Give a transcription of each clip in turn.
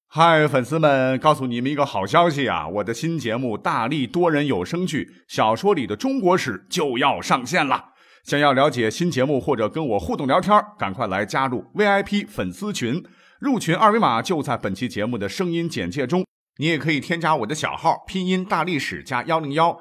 嗨，粉丝们，告诉你们一个好消息啊！我的新节目《大力多人有声剧小说里的中国史》就要上线了。想要了解新节目或者跟我互动聊天，赶快来加入 VIP 粉丝群，入群二维码就在本期节目的声音简介中。你也可以添加我的小号，拼音大历史加101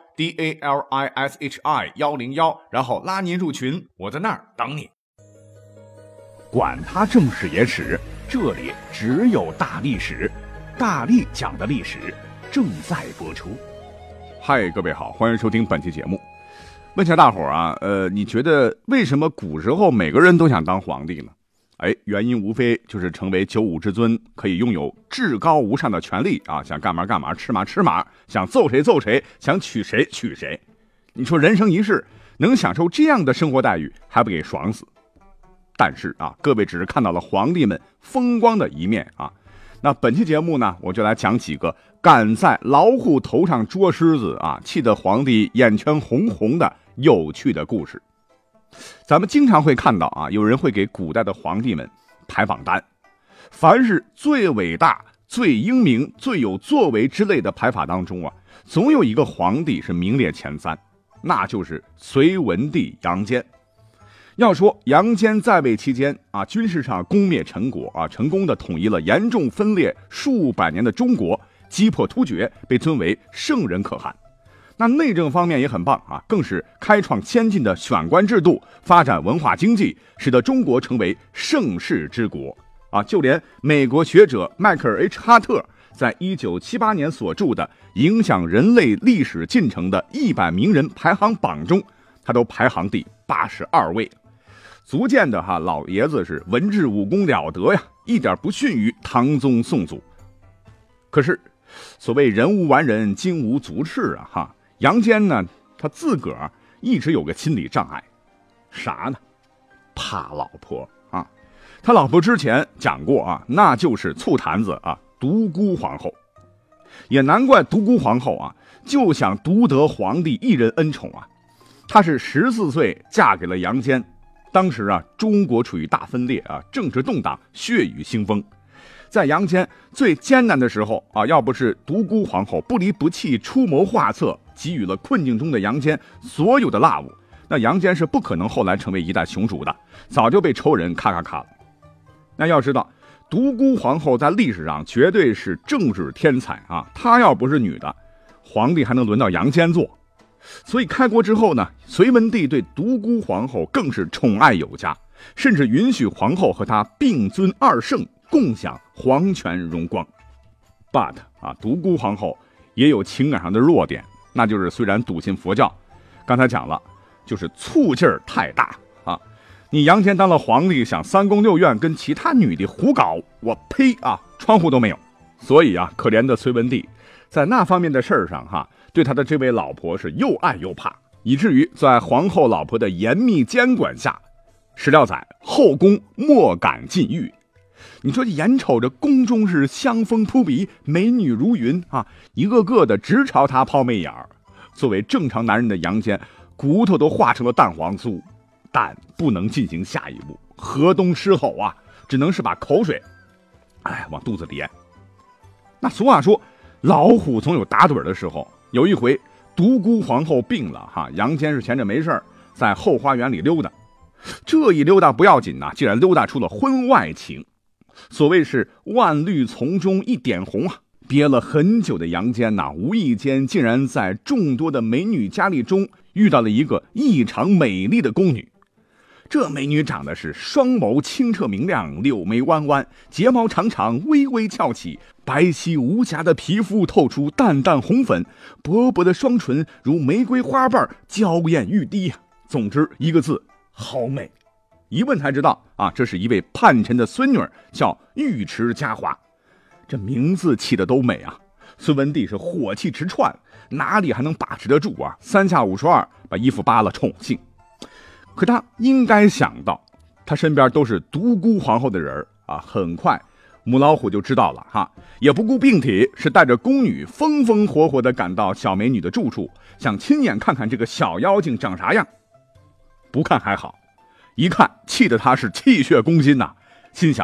DALISHI 101，然后拉您入群，我在那儿等你。 管他正史野史，这里只有大历史，大力讲的历史正在播出。 嗨，各位好，欢迎收听本期节目。问一下大伙儿啊，你觉得为什么古时候每个人都想当皇帝呢？原因无非就是成为九五之尊，可以拥有至高无上的权利啊，想干嘛干嘛，吃嘛吃嘛，想揍谁揍谁，想娶谁娶谁。你说人生一世能享受这样的生活待遇，还不给爽死？但是啊，各位只是看到了皇帝们风光的一面啊。那本期节目呢，我就来讲几个敢在老虎头上捉狮子啊，气得皇帝眼圈红红的有趣的故事。咱们经常会看到啊，有人会给古代的皇帝们排榜单，凡是最伟大、最英明、最有作为之类的排法当中啊，总有一个皇帝是名列前三，那就是隋文帝杨坚。要说杨坚在位期间啊，军事上攻灭陈国啊，成功的统一了严重分裂数百年的中国，击破突厥，被尊为圣人可汗。那内政方面也很棒啊，更是开创先进的选官制度，发展文化经济，使得中国成为盛世之国啊。就连美国学者迈克尔 H 哈特在1978年所著的影响人类历史进程的100名人排行榜中，他都排行第82位。足见的老爷子是文治武功了得呀，一点不逊于唐宗宋祖。可是所谓人无完人，金无足赤啊杨坚呢，他自个儿一直有个心理障碍，啥呢？怕老婆啊。他老婆之前讲过啊，那就是醋坛子啊，独孤皇后。也难怪独孤皇后啊，就想独得皇帝一人恩宠啊。她是14岁嫁给了杨坚。当时啊，中国处于大分裂啊，政治动荡，血雨腥风。在杨坚最艰难的时候啊，要不是独孤皇后不离不弃，出谋划策，给予了困境中的杨坚所有的辣物，那杨坚是不可能后来成为一代雄主的，早就被仇人咔咔咔了。那要知道，独孤皇后在历史上绝对是政治天才啊，她要不是女的，皇帝还能轮到杨坚做。所以开国之后呢，隋文帝对独孤皇后更是宠爱有加，甚至允许皇后和他并尊二圣，共享皇权荣光。But 独孤皇后也有情感上的弱点，那就是虽然笃信佛教，刚才讲了，就是醋劲儿太大啊！你杨坚当了皇帝，想三宫六院跟其他女的胡搞，我呸啊，窗户都没有。所以啊，可怜的隋文帝在那方面的事儿上对他的这位老婆是又爱又怕，以至于在皇后老婆的严密监管下，史料载后宫莫敢禁欲。你说眼瞅着宫中是香风扑鼻，美女如云啊，一个个的直朝他抛媚眼儿。作为正常男人的杨坚，骨头都化成了蛋黄酥，但不能进行下一步，河东狮吼啊，只能是把口水往肚子里咽。那俗话说，老虎总有打盹的时候。有一回独孤皇后病了杨坚是闲着没事在后花园里溜达，这一溜达不要紧竟然溜达出了婚外情。所谓是万绿丛中一点红憋了很久的杨坚无意间竟然在众多的美女佳丽中遇到了一个异常美丽的宫女。这美女长得是双眸清澈明亮，柳眉弯弯，睫毛长长，微微翘起，白皙无瑕的皮肤透出淡淡红粉，薄薄的双唇如玫瑰花瓣，娇艳欲滴。总之一个字，好美。一问才知道这是一位叛臣的孙女，叫尉迟嘉华。这名字起的都美啊！隋文帝是火气直窜，哪里还能把持得住三下五除二把衣服扒了宠幸。可他应该想到，他身边都是独孤皇后的人很快母老虎就知道了也不顾病体，是带着宫女风风火火地赶到小美女的住处，想亲眼看看这个小妖精长啥样。不看还好，一看气得他是气血攻心心想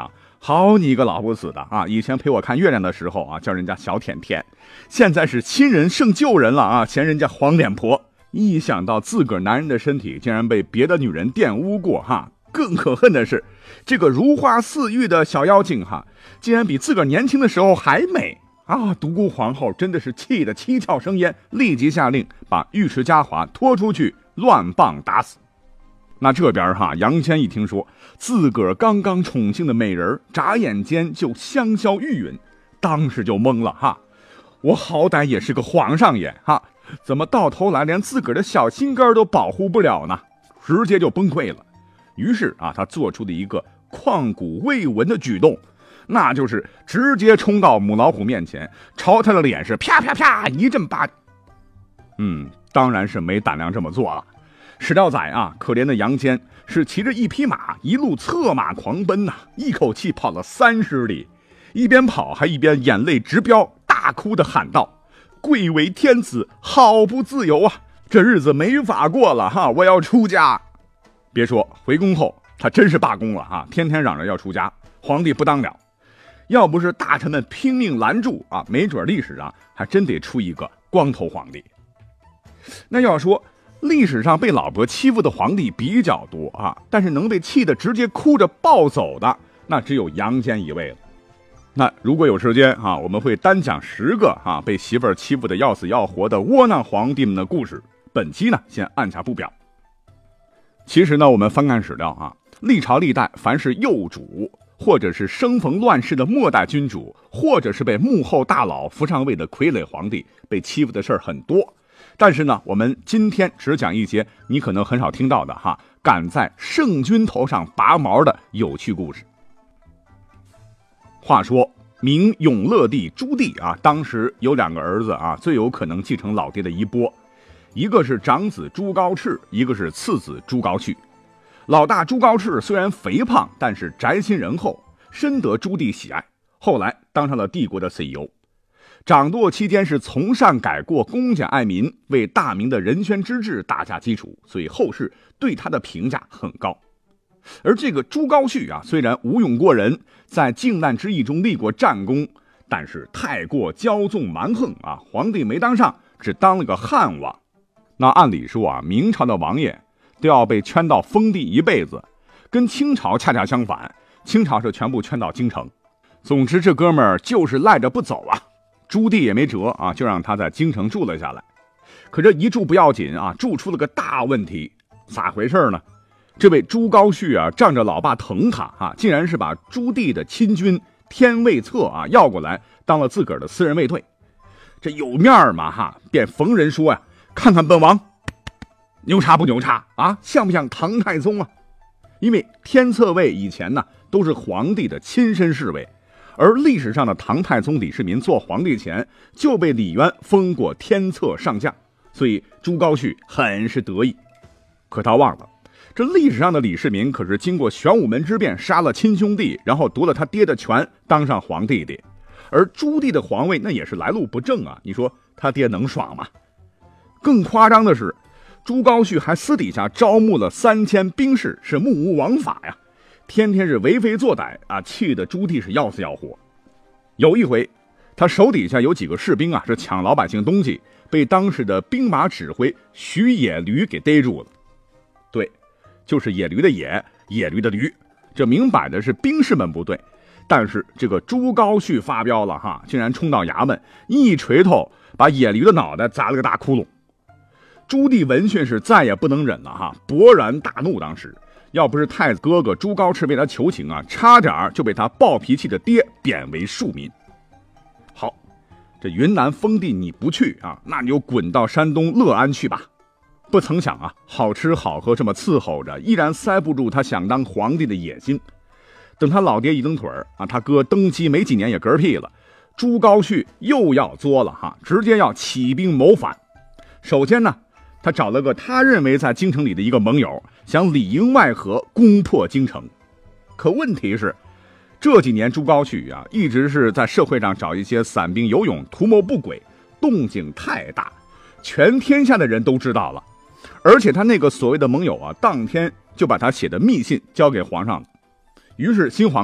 好你个老不死的啊！以前陪我看月亮的时候啊，叫人家小甜甜，现在是亲人胜旧人了啊，嫌人家黄脸婆。一想到自个儿男人的身体竟然被别的女人玷污过哈，更可恨的是，这个如花似玉的小妖精哈，竟然比自个儿年轻的时候还美啊！独孤皇后真的是气得七窍生烟，立即下令把尉迟嘉华拖出去乱棒打死。那这边哈，杨坚一听说自个儿刚刚宠幸的美人眨眼间就香消玉殒，当时就懵了哈，我好歹也是个皇上爷哈，怎么到头来连自个儿的小心肝都保护不了呢？直接就崩溃了。于是啊，他做出的一个旷古未闻的举动，那就是直接冲到母老虎面前，朝他的脸是啪啪啪一阵巴。当然是没胆量这么做了。史料载啊，可怜的杨坚是骑着一匹马，一路策马狂奔呐，一口气跑了30里，一边跑还一边眼泪直飙，大哭的喊道：“贵为天子，好不自由啊！这日子没法过了哈，我要出家。”别说回宫后，他真是罢工了哈，天天嚷着要出家，皇帝不当了。要不是大臣们拼命拦住啊，没准历史上还真得出一个光头皇帝。那要说历史上被老婆欺负的皇帝比较多啊，但是能被气得直接哭着暴走的，那只有杨坚一位了。那如果有时间啊，我们会单讲10个啊被媳妇儿欺负的要死要活的窝囊皇帝们的故事。本期呢，先按下不表。其实呢，我们翻看史料啊，历朝历代凡是幼主，或者是生逢乱世的末代君主，或者是被幕后大佬扶上位的傀儡皇帝，被欺负的事儿很多。但是呢，我们今天只讲一些你可能很少听到的哈，敢在圣君头上拔毛的有趣故事。话说明永乐帝朱棣啊，当时有2个儿子啊，最有可能继承老爹的衣钵，一个是长子朱高炽，一个是次子朱高煦。老大朱高炽虽然肥胖，但是宅心仁厚，深得朱棣喜爱，后来当上了帝国的 CEO。掌舵期间是从善改过，恭俭爱民，为大明的仁宣之治打下基础，所以后世对他的评价很高。而这个朱高煦啊，虽然武勇过人，在靖难之役中立过战功，但是太过骄纵蛮横啊，皇帝没当上，只当了个汉王。那按理说啊，明朝的王爷都要被圈到封地一辈子，跟清朝恰恰相反，清朝是全部圈到京城。总之这哥们儿就是赖着不走啊，朱棣也没辙啊，就让他在京城住了下来。可这一住不要紧啊，住出了个大问题。咋回事呢？这位朱高煦啊，仗着老爸疼他啊，竟然是把朱棣的亲军天卫策啊要过来当了自个儿的私人卫队。这有面嘛哈，便逢人说呀，看看本王牛叉不牛叉啊，像不像唐太宗啊？因为天策卫以前呢都是皇帝的亲身侍卫，而历史上的唐太宗李世民做皇帝前就被李渊封过天策上将，所以朱高煦很是得意。可他忘了，这历史上的李世民可是经过玄武门之变杀了亲兄弟，然后夺了他爹的权，当上皇帝的。而朱棣的皇位那也是来路不正啊，你说他爹能爽吗？更夸张的是，朱高煦还私底下招募了3000兵士，是目无王法呀，天天是为非作歹啊，气得朱棣是要死要活。有一回他手底下有几个士兵啊，是抢老百姓东西，被当时的兵马指挥徐野驴给逮住了。对，就是野驴的野，野驴的驴，这明摆的是兵士们不对。但是这个朱高煦发飙了哈，竟然冲到衙门，一锤头把野驴的脑袋砸了个大窟窿。朱棣闻讯是再也不能忍了哈，勃然大怒。当时要不是太子哥哥朱高炽为他求情啊，差点就被他暴脾气的爹贬为庶民。好，这云南封地你不去啊，那你就滚到山东乐安去吧。不曾想啊，好吃好喝这么伺候着，依然塞不住他想当皇帝的野心。等他老爹一蹬腿啊，他哥登基没几年也嗝屁了，朱高煦又要作了哈，直接要起兵谋反。首先呢，他找了个他认为在京城里的一个盟友，想里应外合攻破京城。可问题是，这几年朱高煦啊，一直是在社会上找一些散兵游勇，图谋不轨，动静太大，全天下的人都知道了。而且他那个所谓的盟友啊，当天就把他写的密信交给皇上了。于是新皇帝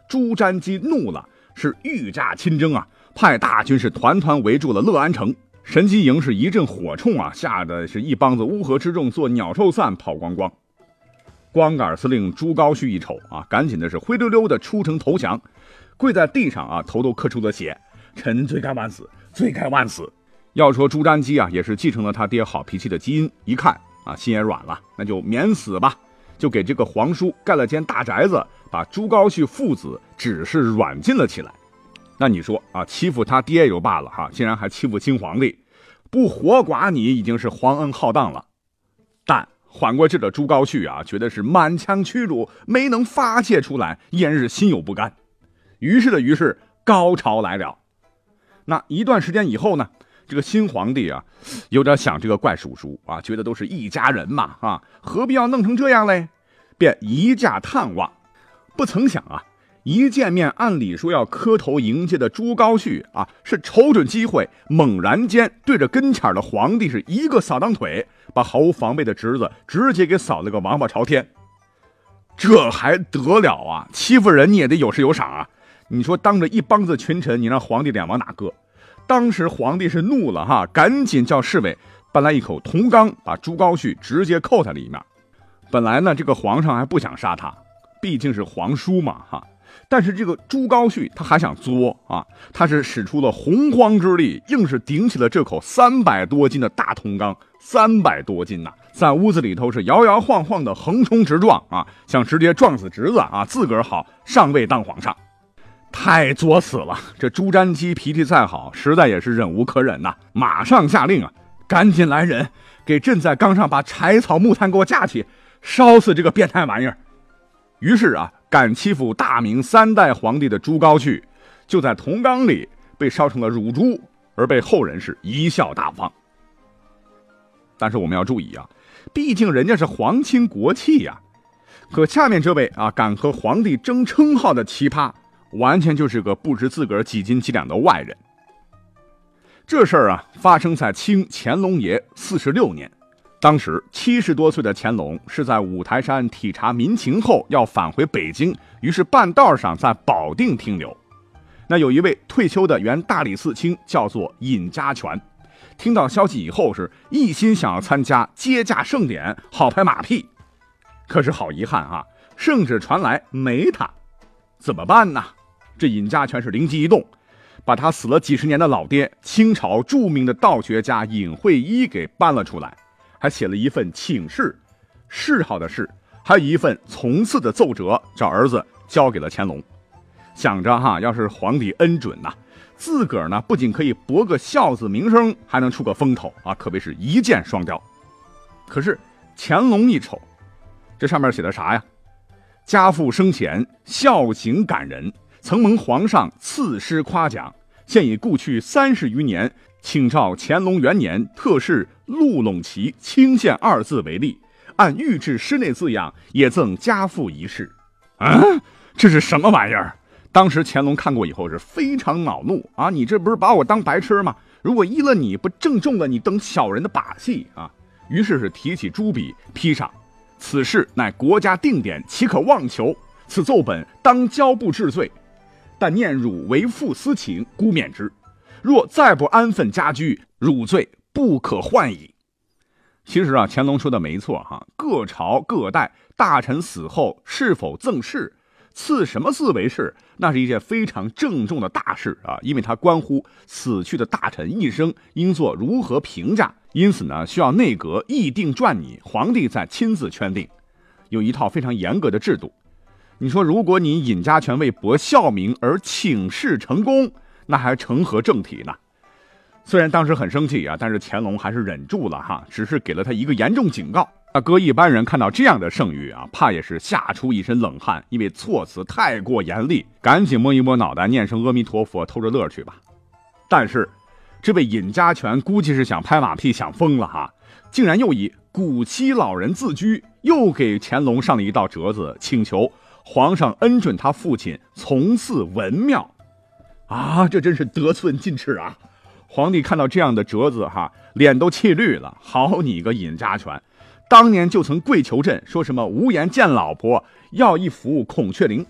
朱瞻基怒了，是御驾亲征啊，派大军是团团围住了乐安城。神机营是一阵火冲啊，吓得是一帮子乌合之众做鸟兽散跑光光。光杆司令朱高煦一瞅啊，赶紧的是灰溜溜的出城投降，跪在地上啊，头都磕出了血，臣罪该万死，罪该万死。要说朱瞻基啊，也是继承了他爹好脾气的基因，一看啊，心也软了，那就免死吧，就给这个皇叔盖了间大宅子，把朱高煦父子只是软禁了起来。那你说啊，欺负他爹就罢了哈，竟然还欺负新皇帝，不活剐你已经是皇恩浩荡了。但缓过劲的朱高煦啊，觉得是满腔屈辱没能发泄出来，焉是心有不甘。于是高潮来了。那一段时间以后呢，这个新皇帝啊，有点想这个怪叔叔啊，觉得都是一家人嘛啊，何必要弄成这样嘞？便移驾探望。不曾想啊，一见面按理说要磕头迎接的朱高煦啊，是瞅准机会，猛然间对着跟前的皇帝是一个扫荡腿，把毫无防备的侄子直接给扫了个王八朝天。这还得了啊？欺负人你也得有失有赏啊！你说当着一帮子群臣，你让皇帝脸往哪搁？当时皇帝是怒了哈，赶紧叫侍卫搬来一口铜缸，把朱高煦直接扣在里面。本来呢，这个皇上还不想杀他，毕竟是皇叔嘛哈。但是这个朱高煦他还想作啊，他是使出了洪荒之力，硬是顶起了这口300多斤的大铜缸，300多斤呐，在屋子里头是摇摇晃晃的横冲直撞啊，想直接撞死侄子啊，自个儿好上位当皇上。太作死了！这朱瞻基脾气再好，实在也是忍无可忍呐，马上下令啊，赶紧来人，给朕在缸上把柴草木炭给我架起，烧死这个变态玩意儿。于是啊，敢欺负大明3代皇帝的朱高煦，就在铜缸里被烧成了乳猪，而被后人是贻笑大方。但是我们要注意啊，毕竟人家是皇亲国戚呀。可下面这位啊，敢和皇帝争称号的奇葩，完全就是个不知自个儿几斤几两的外人。这事儿啊，发生在清乾隆爷46年。当时70多岁的乾隆是在五台山体察民情后要返回北京，于是半道上在保定停留。那有一位退休的原大理寺卿叫做尹家权，听到消息以后是一心想要参加接驾盛典，好拍马屁。可是好遗憾啊，圣旨传来没他，怎么办呢？这尹家权是灵机一动，把他死了几十年的老爹清朝著名的道学家尹惠一给搬了出来，还写了一份请示，谥号的谥，还有一份从赐的奏折，找儿子交给了乾隆。想着哈，要是皇帝恩准呐，自个儿呢不仅可以博个孝子名声，还能出个风头啊，可谓是一箭双雕。可是乾隆一瞅，这上面写的啥呀？家父生前孝行感人，曾蒙皇上赐诗夸奖，现已故去30余年，请照乾隆元年特仕陆陇旗清县2字为例，按御制诗内字样也赠家父一事。这是什么玩意儿？当时乾隆看过以后是非常恼怒啊！你这不是把我当白痴吗？如果依了你，不正中了你等小人的把戏啊！于是提起朱笔批上，此事乃国家定典，岂可妄求？此奏本当交部治罪，但念汝为父私情，孤免之。若再不安分家居，汝罪不可换矣。其实啊，乾隆说的没错哈，各朝各代大臣死后是否赠谥，赐什么祀为谥，那是一件非常郑重的大事啊，因为它关乎死去的大臣一生应做如何评价，因此呢，需要内阁议定撰拟，皇帝再亲自圈定，有一套非常严格的制度。你说，如果你尹家权为博孝名而请示成功，那还成何正体呢？虽然当时很生气啊，但是乾隆还是忍住了哈，只是给了他一个严重警告。那搁一般人看到这样的圣谕啊，怕也是吓出一身冷汗，因为措辞太过严厉，赶紧摸一摸脑袋，念声阿弥陀佛，偷着乐去吧。但是这位尹家权估计是想拍马屁想疯了哈，竟然又以古稀老人自居，又给乾隆上了一道折子，请求皇上恩准他父亲从祀文庙啊，这真是得寸进尺啊！皇帝看到这样的折子哈，脸都气绿了。好你个尹家权，当年就曾跪求朕，说什么无颜见老婆，要一幅孔雀翎啊，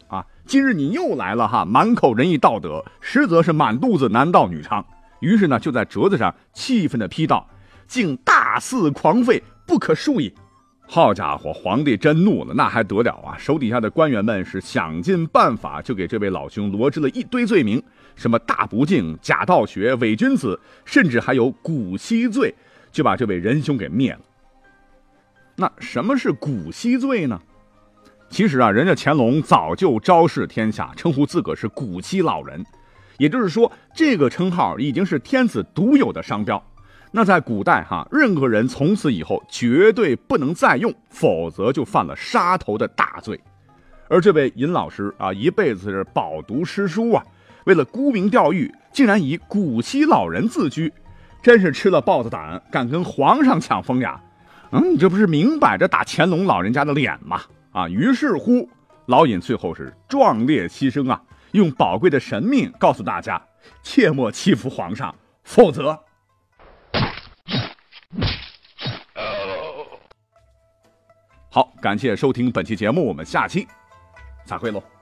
今日你又来了哈，满口仁义道德，实则是满肚子男盗女娼。于是呢，就在折子上气愤地批道：竟大肆狂吠，不可恕矣。好家伙，皇帝真怒了，那还得了啊！手底下的官员们是想尽办法，就给这位老兄罗织了一堆罪名，什么大不敬、假道学、伪君子，甚至还有蛊吸罪，就把这位仁兄给灭了。那什么是蛊吸罪呢？其实啊，人家乾隆早就昭示天下，称呼自个是蛊吸老人，也就是说，这个称号已经是天子独有的商标。那在古代任何人从此以后绝对不能再用，否则就犯了杀头的大罪。而这位尹老师一辈子是饱读诗书啊，为了沽名钓誉，竟然以蛊吸老人自居，真是吃了豹子胆，敢跟皇上抢风雅。你这不是明摆着打乾隆老人家的脸吗？于是乎，老尹最后是壮烈牺牲用宝贵的神命告诉大家，切莫欺负皇上，否则。好，感谢收听本期节目，我们下期再会喽。